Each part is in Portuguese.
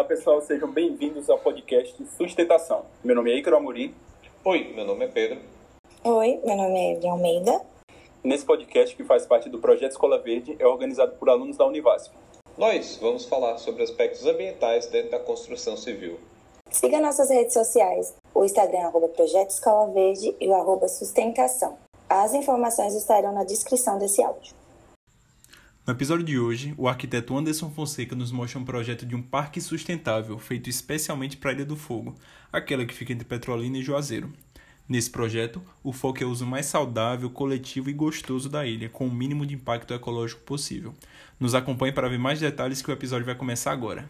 Olá pessoal, sejam bem-vindos ao podcast Sustentação. Meu nome é Ícaro Amorim. Oi, meu nome é Pedro. Oi, meu nome é Evelyn Almeida. Nesse podcast, que faz parte do Projeto Escola Verde, é organizado por alunos da Univasf. Nós vamos falar sobre aspectos ambientais dentro da construção civil. Siga nossas redes sociais, o Instagram @Projeto Escola Verde e o @Sustentação. As informações estarão na descrição desse áudio. No episódio de hoje, o arquiteto Anderson Fonseca nos mostra um projeto de um parque sustentável feito especialmente para a Ilha do Fogo, aquela que fica entre Petrolina e Juazeiro. Nesse projeto, o foco é o uso mais saudável, coletivo e gostoso da ilha, com o mínimo de impacto ecológico possível. Nos acompanhe para ver mais detalhes que o episódio vai começar agora.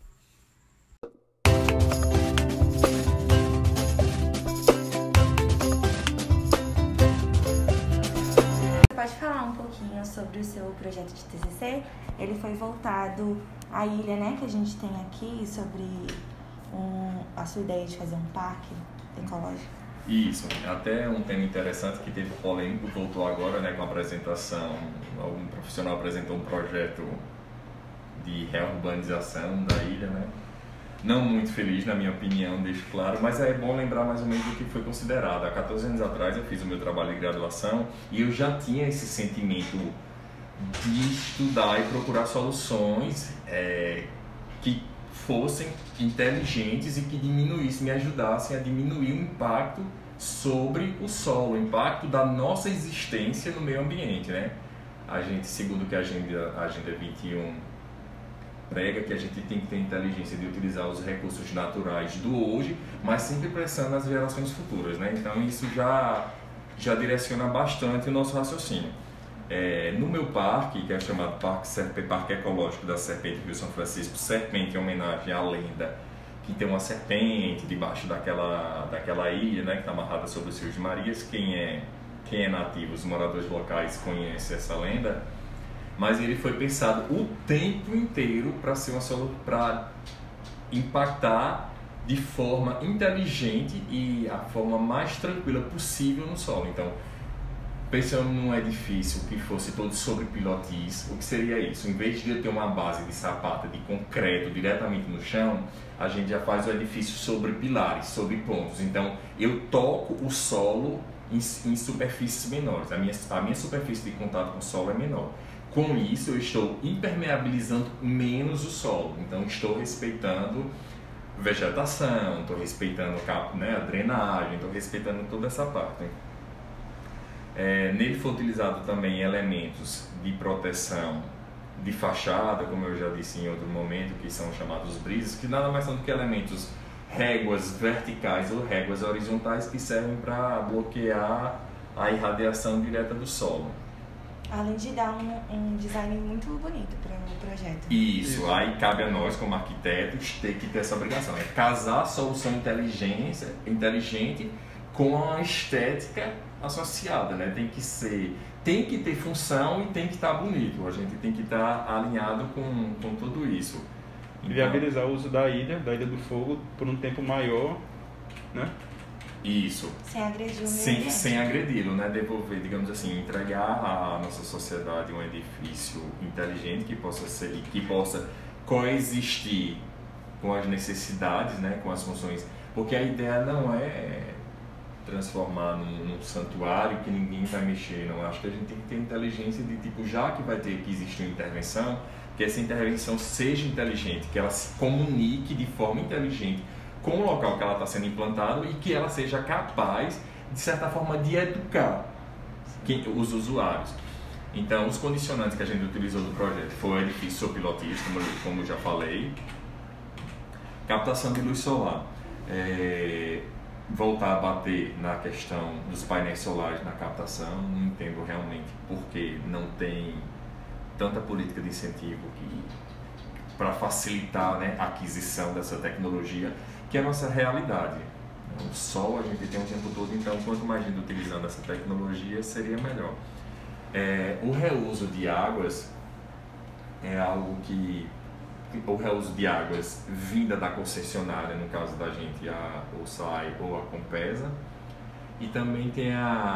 Pode falar um pouquinho sobre o seu projeto de TCC? Ele foi voltado à ilha, né, que a gente tem aqui, sobre a sua ideia de fazer um parque ecológico. Isso, até um tema interessante que teve polêmico, voltou agora, né, com a apresentação, algum profissional apresentou um projeto de reurbanização da ilha, né, não muito feliz na minha opinião, deixo claro, mas é bom lembrar mais ou menos do que foi considerado. Há 14 anos atrás eu fiz o meu trabalho de graduação e eu já tinha esse sentimento de estudar e procurar soluções que fossem inteligentes e que me ajudassem a diminuir o impacto sobre o solo, o impacto da nossa existência no meio ambiente, né? A gente, segundo que a Agenda 21 prega, que a gente tem que ter inteligência de utilizar os recursos naturais do hoje, mas sempre pensando nas gerações futuras, né? Então isso já direciona bastante o nosso raciocínio. No meu parque, que é chamado Parque Ecológico da Serpente Rio São Francisco, serpente em homenagem à lenda que tem uma serpente debaixo daquela ilha, né, que está amarrada sobre os rios de Marias. Quem é nativo, os moradores locais conhecem essa lenda, mas ele foi pensado o tempo inteiro para impactar de forma inteligente e a forma mais tranquila possível no solo. Então, pensando num edifício que fosse todo sobre pilotis, o que seria isso? Em vez de eu ter uma base de sapata, de concreto diretamente no chão, a gente já faz o edifício sobre pilares, sobre pontos. Então, eu toco o solo em superfícies menores. A minha superfície de contato com o solo é menor. Com isso, eu estou impermeabilizando menos o solo. Então, estou respeitando vegetação, estou respeitando a drenagem, estou respeitando toda essa parte. Nele foi utilizado também elementos de proteção de fachada, como eu já disse em outro momento, que são chamados brises, que nada mais são do que elementos, réguas verticais ou réguas horizontais, que servem para bloquear a irradiação direta do solo. Além de dar um design muito bonito para o projeto. Isso, aí cabe a nós como arquitetos ter que ter essa obrigação, casar a solução inteligente com a estética associada, né? Tem que ter função e tem que estar bonito. A gente tem que estar alinhado com tudo isso. Então, viabilizar o uso da Ilha do Fogo por um tempo maior, né? Isso. Sem agredir o meio ambiente. Sem agredi-lo, né? Devolver, digamos assim, entregar à nossa sociedade um edifício inteligente que possa coexistir com as necessidades, né? Com as funções. Porque a ideia não é transformar num santuário que ninguém vai mexer, não. Acho que a gente tem que ter inteligência de já que vai ter que existir uma intervenção, que essa intervenção seja inteligente, que ela se comunique de forma inteligente com o local que ela está sendo implantado e que ela seja capaz, de certa forma, de educar os usuários. Então, os condicionantes que a gente utilizou no projeto foi o edifício sob pilotis, como eu já falei, captação de luz solar, voltar a bater na questão dos painéis solares na captação. Não entendo realmente porque não tem tanta política de incentivo para facilitar, né, a aquisição dessa tecnologia, que é a nossa realidade. O sol a gente tem o tempo todo, então quanto mais gente utilizando essa tecnologia, seria melhor. O reuso de águas é algo que... O reuso de águas vinda da concessionária, no caso da gente, a OSAI ou a Compesa, E também tem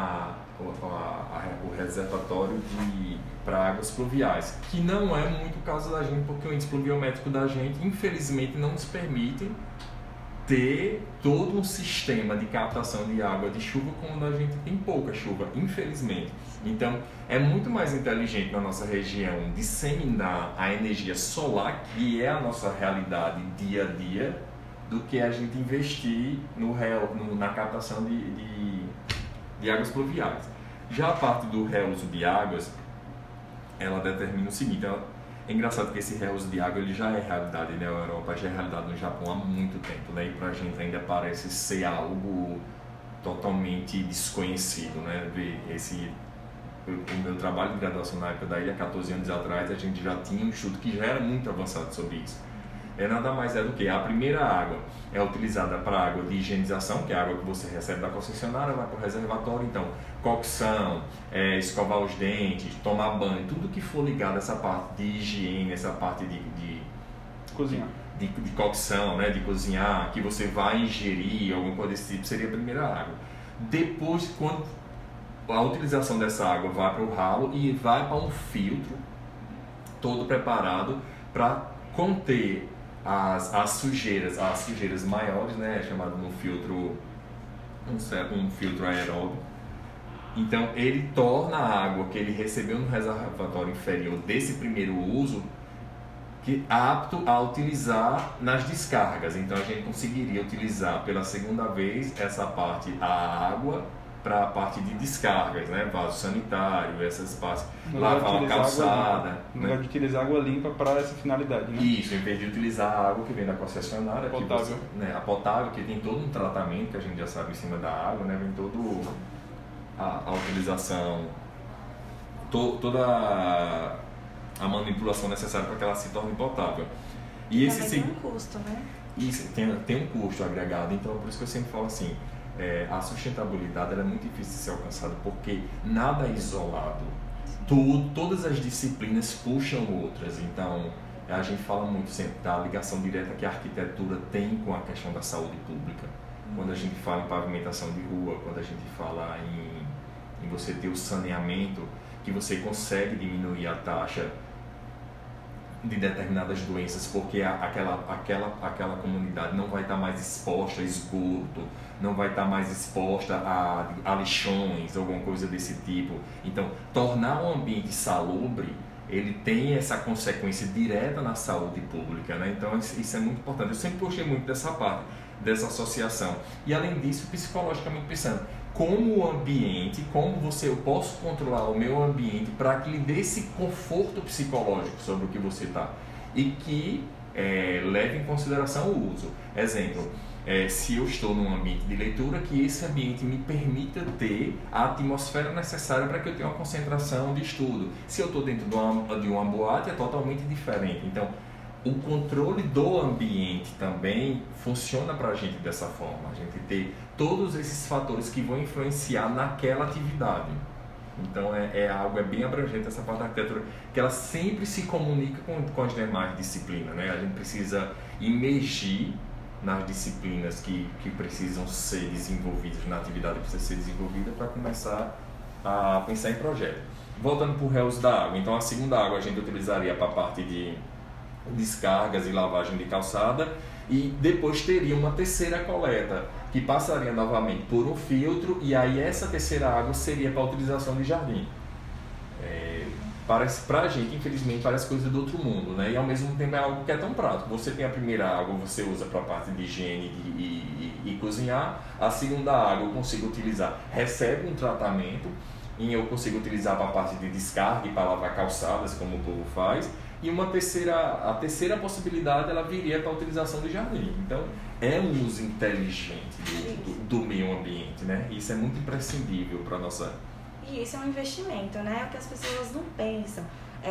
o reservatório para águas pluviais, que não é muito o caso da gente, porque o índice pluviométrico da gente, infelizmente, não nos permite ter todo um sistema de captação de água de chuva quando a gente tem pouca chuva, infelizmente. Então, é muito mais inteligente na nossa região disseminar a energia solar, que é a nossa realidade dia a dia, do que a gente investir na captação de águas pluviais. Já a parte do reuso de águas, ela determina o seguinte: é engraçado que esse reuso de água ele já é realidade na Europa, já é realidade no Japão há muito tempo, né? E pra gente ainda parece ser algo totalmente desconhecido, né? O meu trabalho de graduação na época da ilha, 14 anos atrás, a gente já tinha um estudo que já era muito avançado sobre isso. Nada mais é do que a primeira água é utilizada para água de higienização, que é a água que você recebe da concessionária, vai para o reservatório. Então, cocção, escovar os dentes, tomar banho, tudo que for ligado a essa parte de higiene, essa parte de cozinhar, de cocção, né, de cozinhar, que você vai ingerir, alguma coisa desse tipo, seria a primeira água. Depois, quando a utilização dessa água vai para o ralo e vai para um filtro todo preparado para conter as sujeiras maiores, né, chamado um filtro aeróbio. Então ele torna a água que ele recebeu no reservatório inferior desse primeiro uso apto a utilizar nas descargas. Então a gente conseguiria utilizar pela segunda vez essa parte, a água, para a parte de descargas, né? Vaso sanitário, essas partes, lavar uma calçada. No lugar de utilizar água limpa para essa finalidade, né? Isso, em vez de utilizar a água que vem da concessionária, potável. A potável, que tem todo um tratamento que a gente já sabe em cima da água, né? Vem toda a utilização, toda a manipulação necessária para que ela se torne potável. E esse tem um custo, né? Isso, tem um custo agregado, então por isso que eu sempre falo assim, a sustentabilidade ela é muito difícil de ser alcançada, porque nada é isolado. Todas as disciplinas puxam outras, então a gente fala muito sempre da ligação direta que a arquitetura tem com a questão da saúde pública. Quando a gente fala em pavimentação de rua, quando a gente fala em você ter o saneamento, que você consegue diminuir a taxa de determinadas doenças, porque aquela comunidade não vai estar mais exposta a esgoto, não vai estar mais exposta a lixões, alguma coisa desse tipo. Então, tornar um ambiente salubre, ele tem essa consequência direta na saúde pública, né? Então, isso é muito importante. Eu sempre gostei muito dessa parte, dessa associação. E, além disso, psicologicamente pensando, como o ambiente, eu posso controlar o meu ambiente para que lhe dê esse conforto psicológico sobre o que você está e que leve em consideração o uso. Exemplo, se eu estou num ambiente de leitura, que esse ambiente me permita ter a atmosfera necessária para que eu tenha uma concentração de estudo. Se eu estou dentro de uma boate, é totalmente diferente. Então, o controle do ambiente também funciona para a gente dessa forma. A gente ter todos esses fatores que vão influenciar naquela atividade. Então é bem abrangente essa parte da arquitetura, que ela sempre se comunica com as demais disciplinas, né? A gente precisa imergir nas disciplinas que precisam ser desenvolvidas, na atividade que precisa ser desenvolvida para começar a pensar em projeto. Voltando para o reuso da água, então a segunda água a gente utilizaria para a parte de descargas e lavagem de calçada, e depois teria uma terceira coleta que passaria novamente por um filtro, e aí essa terceira água seria para a utilização de jardim. Para a gente, infelizmente, parece coisa do outro mundo, né? E ao mesmo tempo é algo que é tão prático. Você tem a primeira água, você usa para a parte de higiene e cozinhar. A segunda água eu consigo utilizar, recebe um tratamento, e eu consigo utilizar para a parte de descarga e para lavar calçadas, como o povo faz. E a terceira possibilidade, ela viria para a utilização de jardim. Então, é um uso inteligente do meio ambiente, né? Isso é muito imprescindível para a nossa... E isso é um investimento, né? O que as pessoas não pensam,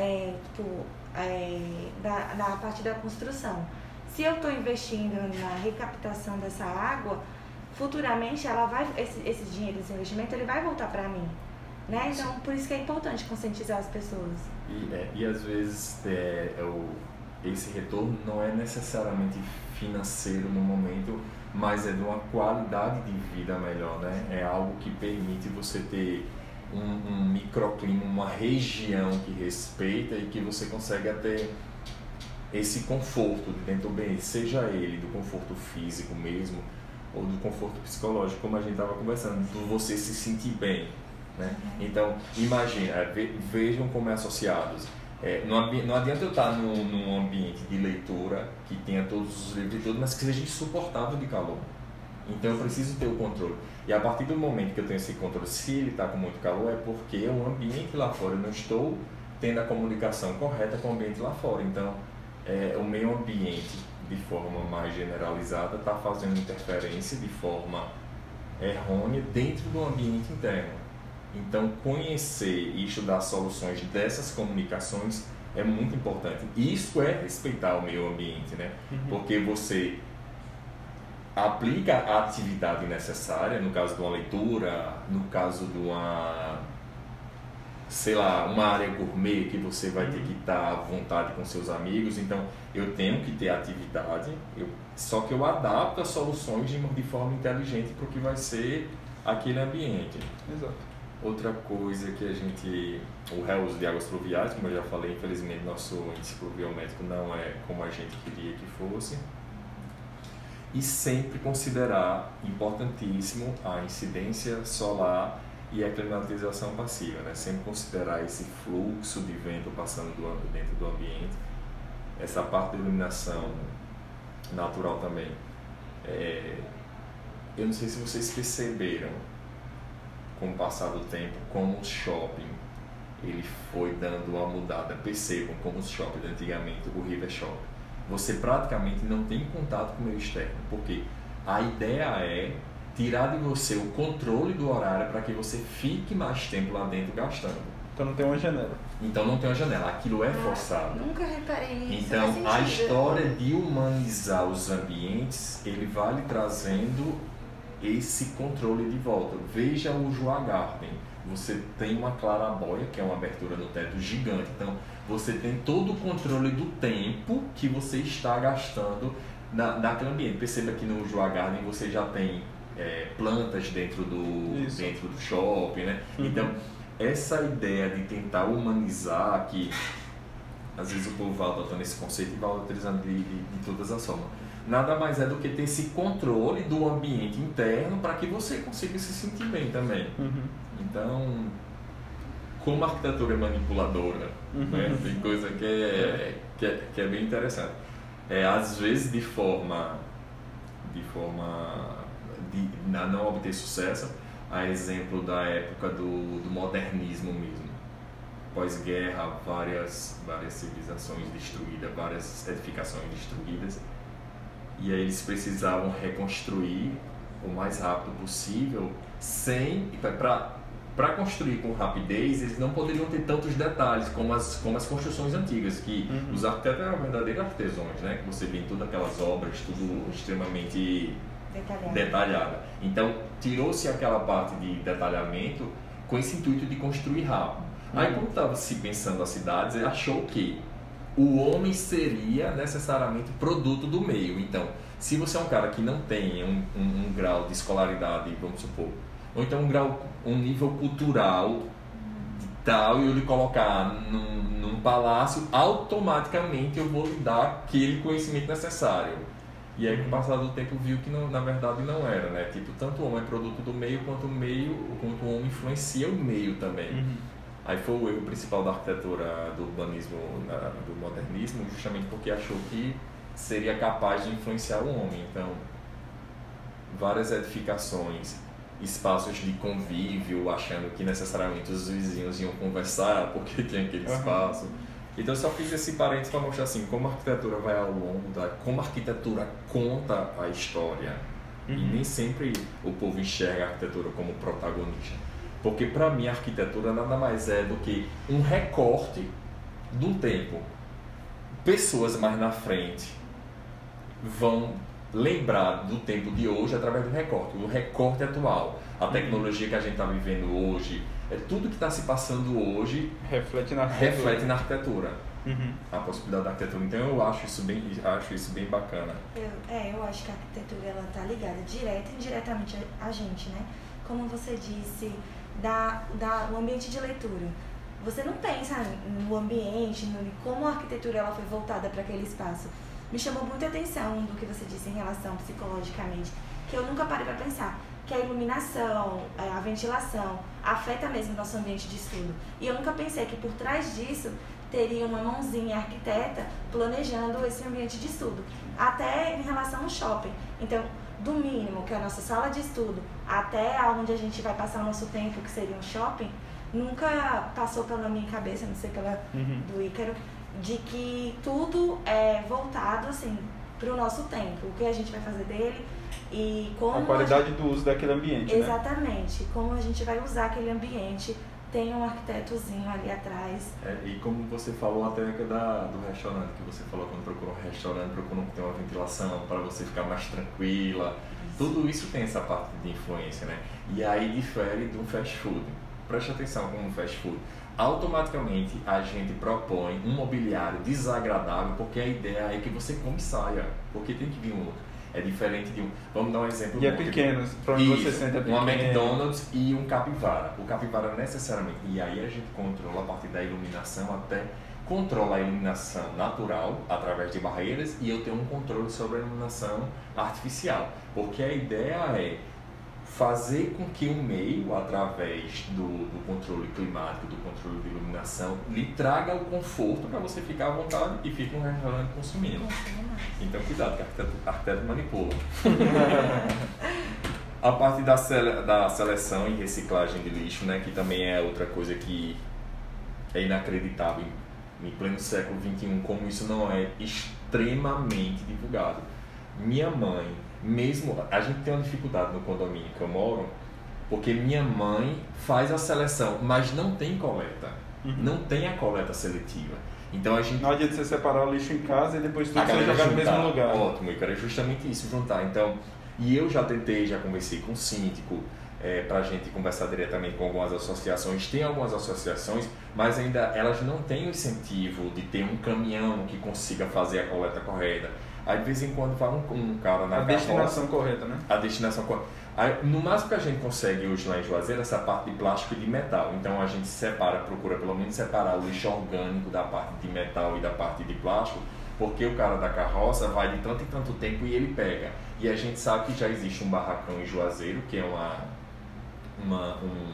da parte da construção. Se eu estou investindo na recaptação dessa água, futuramente esse dinheiro, esse investimento, ele vai voltar para mim, né? Então, por isso que é importante conscientizar as pessoas. E às vezes esse retorno não é necessariamente financeiro no momento, mas é de uma qualidade de vida melhor, né? É algo que permite você ter um microclima, uma região que respeita e que você consegue ter esse conforto de dentro do ambiente, seja ele do conforto físico mesmo ou do conforto psicológico, como a gente estava conversando, de você se sentir bem, né? Então, imagina, vejam como é associados. Não adianta eu estar num ambiente de leitura que tenha todos os livros e tudo, mas que seja insuportável de calor. Então eu preciso ter o controle. E a partir do momento que eu tenho esse controle, se ele está com muito calor, é porque o ambiente lá fora, eu não estou tendo a comunicação correta com o ambiente lá fora. Então, o meio ambiente, de forma mais generalizada, está fazendo interferência de forma errônea dentro do ambiente interno. Então, conhecer e estudar soluções dessas comunicações é muito importante. Isso é respeitar o meio ambiente, né? Porque você aplica a atividade necessária, no caso de uma leitura, no caso de uma área gourmet que você vai ter que estar à vontade com seus amigos. Então, eu tenho que ter atividade, só que eu adapto as soluções de forma inteligente para o que vai ser aquele ambiente. Exato. Outra coisa que o reuso de águas pluviais, como eu já falei, infelizmente nosso índice pluviométrico não é como a gente queria que fosse. E sempre considerar importantíssimo a incidência solar e a climatização passiva, né? Sempre considerar esse fluxo de vento passando dentro do ambiente, essa parte da iluminação natural também. Eu não sei se vocês perceberam, com o passar do tempo, como o shopping ele foi dando uma mudada. Percebam como os shoppings antigamente, o River Shopping, você praticamente não tem contato com o meio externo, porque a ideia é tirar de você o controle do horário para que você fique mais tempo lá dentro gastando. Então não tem uma janela. Aquilo é forçado. Nunca reparei nisso. Então a história de humanizar os ambientes, ele vai lhe trazendo esse controle de volta. Veja o Joa Garden. Você tem uma clarabóia, que é uma abertura no teto gigante. Então você tem todo o controle do tempo que você está gastando naquele ambiente. Perceba que no Joa Garden você já tem plantas dentro do shopping, né? Então essa ideia de tentar humanizar, que às vezes o povo vai adotando esse conceito e vai utilizando de todas as formas, nada mais é do que ter esse controle do ambiente interno para que você consiga se sentir bem também. Então, como a arquitetura é manipuladora, né? Tem coisa que é bem interessante. Às vezes de forma de não obter sucesso, a exemplo da época do modernismo mesmo. Pós-guerra, várias civilizações destruídas, várias edificações destruídas, e aí eles precisavam reconstruir o mais rápido possível, para construir com rapidez. Eles não poderiam ter tantos detalhes como as construções antigas, que os arquitetos eram verdadeiros artesãos, né? Que você vê em todas aquelas obras, tudo extremamente detalhada. Então, tirou-se aquela parte de detalhamento com esse intuito de construir rápido. Aí, quando estava se pensando as cidades, ele achou que o homem seria necessariamente produto do meio. Então, se você é um cara que não tem um grau de escolaridade, vamos supor, ou então um nível cultural tal, e eu lhe colocar num palácio, automaticamente eu vou lhe dar aquele conhecimento necessário. E aí, com o passar do tempo, viu que na verdade não era, né? Tipo, tanto o homem é produto do meio, quanto o homem influencia o meio também. Aí foi o erro principal da arquitetura, do urbanismo, do modernismo, justamente porque achou que seria capaz de influenciar o homem. Então, várias edificações, espaços de convívio, achando que necessariamente os vizinhos iam conversar porque tinha aquele espaço. Então, eu só fiz esse parênteses para mostrar assim, como a arquitetura vai ao longo como a arquitetura conta a história. E nem sempre o povo enxerga a arquitetura como protagonista. Porque para mim a arquitetura nada mais é do que um recorte do tempo. Pessoas mais na frente vão lembrar do tempo de hoje através do recorte atual. A tecnologia que a gente está vivendo hoje, tudo que está se passando hoje reflete na arquitetura. a possibilidade da arquitetura. Então eu acho isso bem bacana. Eu acho que a arquitetura ela tá ligada direta e indiretamente a gente, né? Como você disse, o ambiente de leitura. Você não pensa no ambiente, como a arquitetura ela foi voltada para aquele espaço. Me chamou muita atenção do que você disse em relação psicologicamente, que eu nunca parei para pensar, que a iluminação, a ventilação afeta mesmo o nosso ambiente de estudo. E eu nunca pensei que por trás disso teria uma mãozinha arquiteta planejando esse ambiente de estudo. Até em relação ao shopping. Então, do mínimo, que é a nossa sala de estudo, até onde a gente vai passar o nosso tempo, que seria um shopping, nunca passou pela minha cabeça, não sei pela do Ícaro, de que tudo é voltado assim para o nosso tempo, o que a gente vai fazer dele e como a qualidade do uso daquele ambiente. Exatamente, né? Como a gente vai usar aquele ambiente. Tem um arquitetozinho ali atrás. E como você falou até do restaurante, que você falou quando procurou um restaurante, procurou ter uma ventilação para você ficar mais tranquila. Tudo isso tem essa parte de influência, né? E aí difere de um fast food. Preste atenção como um fast food. Automaticamente a gente propõe um mobiliário desagradável porque a ideia é que você come e saia, porque tem que vir um outro. É diferente de um... Vamos dar um exemplo. E é pequeno, para onde você senta pequeno. Uma McDonald's e um capivara. O capivara necessariamente... E aí a gente controla a partir da iluminação até... Controla a iluminação natural através de barreiras e eu tenho um controle sobre a iluminação artificial. Porque a ideia é fazer com que o meio, através do controle climático, do controle de iluminação, lhe traga o conforto para você ficar à vontade e fique um restaurante consumindo. Então, cuidado, que a arquiteto manipula. A parte da seleção e reciclagem de lixo, né, que também é outra coisa que é inacreditável em pleno século XXI, como isso não é extremamente divulgado. Minha mãe, mesmo, a gente tem uma dificuldade no condomínio que eu moro, porque minha mãe faz a seleção, mas não tem coleta, não tem a coleta seletiva. Então a gente... Não adianta você separar o lixo em casa e depois tudo ser jogado no mesmo lugar. Ótimo, eu quero justamente isso, juntar. Então, e eu já conversei com o síndico, para a gente conversar diretamente com algumas associações. Tem algumas associações, mas ainda elas não têm o incentivo de ter um caminhão que consiga fazer a coleta correta. Aí de vez em quando vai um cara na carroça... A destinação correta, né? A destinação correta. Aí, no máximo que a gente consegue hoje lá em Juazeiro, essa parte de plástico e de metal. Então a gente procura pelo menos separar o lixo orgânico da parte de metal e da parte de plástico, porque o cara da carroça vai de tanto em tanto tempo e ele pega. E a gente sabe que já existe um barracão em Juazeiro, que é uma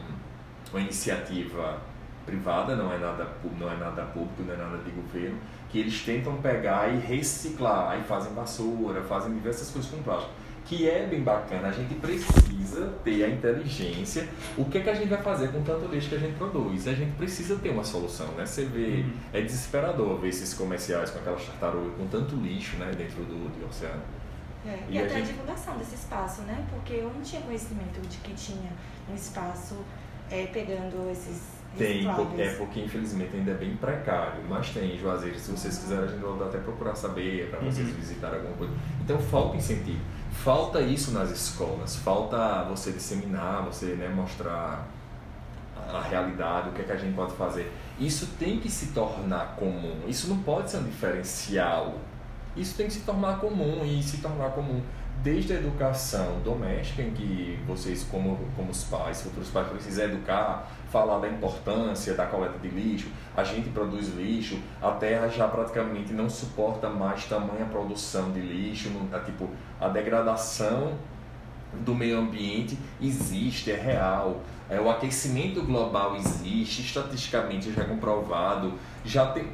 iniciativa privada, não é nada público, não é nada de governo, que eles tentam pegar e reciclar, aí fazem vassoura, fazem diversas coisas com plástico, que é bem bacana. A gente precisa ter a inteligência, o que é que a gente vai fazer com tanto lixo que a gente produz? A gente precisa ter uma solução, né? Você vê, é desesperador ver esses comerciais com aquelas tartarugas com tanto lixo, né, dentro do oceano. E até a divulgação desse espaço, né? Porque eu não tinha conhecimento de que tinha um espaço pegando esses porque infelizmente ainda é bem precário, mas tem em Juazeiro. Se vocês quiserem, a gente vai até procurar saber, para vocês visitarem alguma coisa. Então falta incentivo, falta isso nas escolas, falta você disseminar, você, né, mostrar a realidade, o que é que a gente pode fazer. Isso tem que se tornar comum, isso não pode ser um diferencial. Isso tem que se tornar comum e se tornar comum desde a educação doméstica, em que vocês, como os pais, futuros pais, precisam educar, falar da importância da coleta de lixo. A gente produz lixo, a terra já praticamente não suporta mais tamanha produção de lixo, a degradação do meio ambiente existe, é real. O aquecimento global existe, estatisticamente já é comprovado, já tem...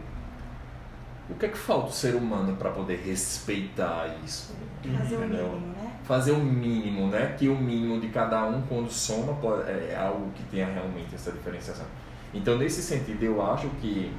O que é que falta o ser humano para poder respeitar isso? Fazer o mínimo, né? Fazer o mínimo, né? Que o mínimo de cada um, quando soma, é algo que tenha realmente essa diferenciação. Então, nesse sentido, eu acho que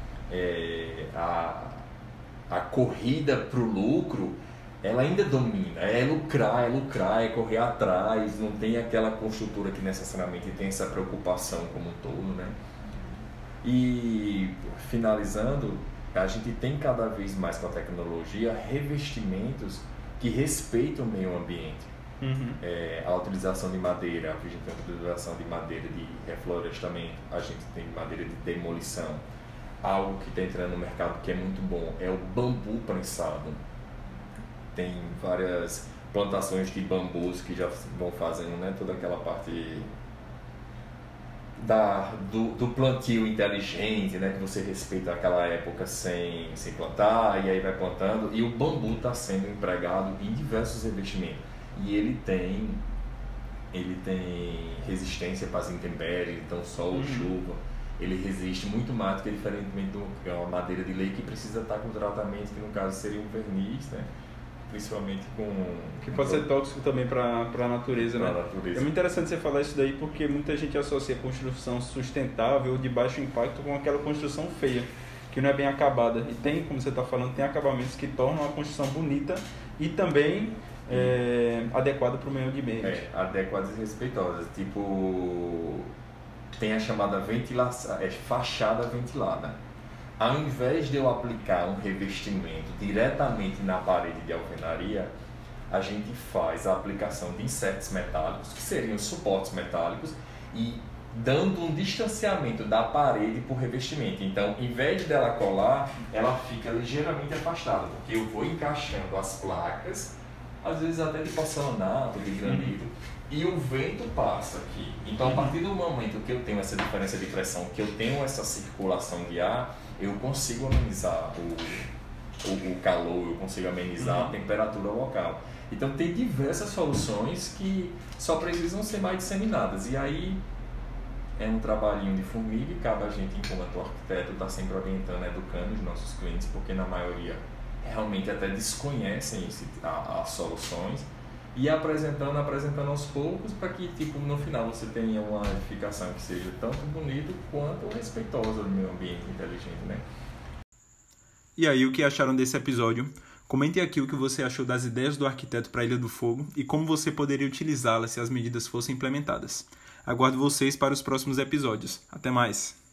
a corrida para o lucro, ela ainda domina. É lucrar, é correr atrás, não tem aquela construtora que necessariamente tem essa preocupação como um todo, né? E, finalizando, a gente tem cada vez mais com a tecnologia revestimentos que respeitam o meio ambiente. A utilização de madeira, a gente tem a utilização de madeira de reflorestamento, a gente tem madeira de demolição, algo que está entrando no mercado que é muito bom é o bambu prensado. Tem várias plantações de bambus que já vão fazendo, né, toda aquela parte do plantio inteligente, né, que você respeita aquela época sem plantar, e aí vai plantando, e o bambu está sendo empregado em diversos revestimentos. E ele tem resistência para as intempéries, então sol, chuva. Ele resiste muito mais do que diferentemente de uma madeira de lei que precisa estar com tratamento, que no caso seria um verniz, né? Principalmente com... Que pode ser tóxico também para a natureza, né? natureza. É muito interessante você falar isso daí, porque muita gente associa construção sustentável ou de baixo impacto com aquela construção feia, que não é bem acabada. E tem, como você está falando, tem acabamentos que tornam a construção bonita e também adequada para o meio ambiente. Adequadas e respeitosas. Tipo, tem a chamada ventilação, fachada ventilada. Ao invés de eu aplicar um revestimento diretamente na parede de alvenaria, a gente faz a aplicação de insertos metálicos, que seriam suportes metálicos, e dando um distanciamento da parede para o revestimento. Então, em vez dela colar, ela fica ligeiramente afastada, porque eu vou encaixando as placas, às vezes até de porcelanato, de granito, e o vento passa aqui. Então, a partir do momento que eu tenho essa diferença de pressão, que eu tenho essa circulação de ar, eu consigo amenizar o calor, eu consigo amenizar a temperatura local. Então, tem diversas soluções que só precisam ser mais disseminadas. E aí, é um trabalhinho de formiga e cabe a gente, enquanto arquiteto, estar sempre orientando, educando os nossos clientes, porque na maioria realmente até desconhecem as soluções, e apresentando aos poucos, para que tipo, no final você tenha uma edificação que seja tanto bonita quanto respeitosa do meio ambiente inteligente, né? E aí, o que acharam desse episódio? Comente aqui o que você achou das ideias do arquiteto para a Ilha do Fogo e como você poderia utilizá-las se as medidas fossem implementadas. Aguardo vocês para os próximos episódios. Até mais!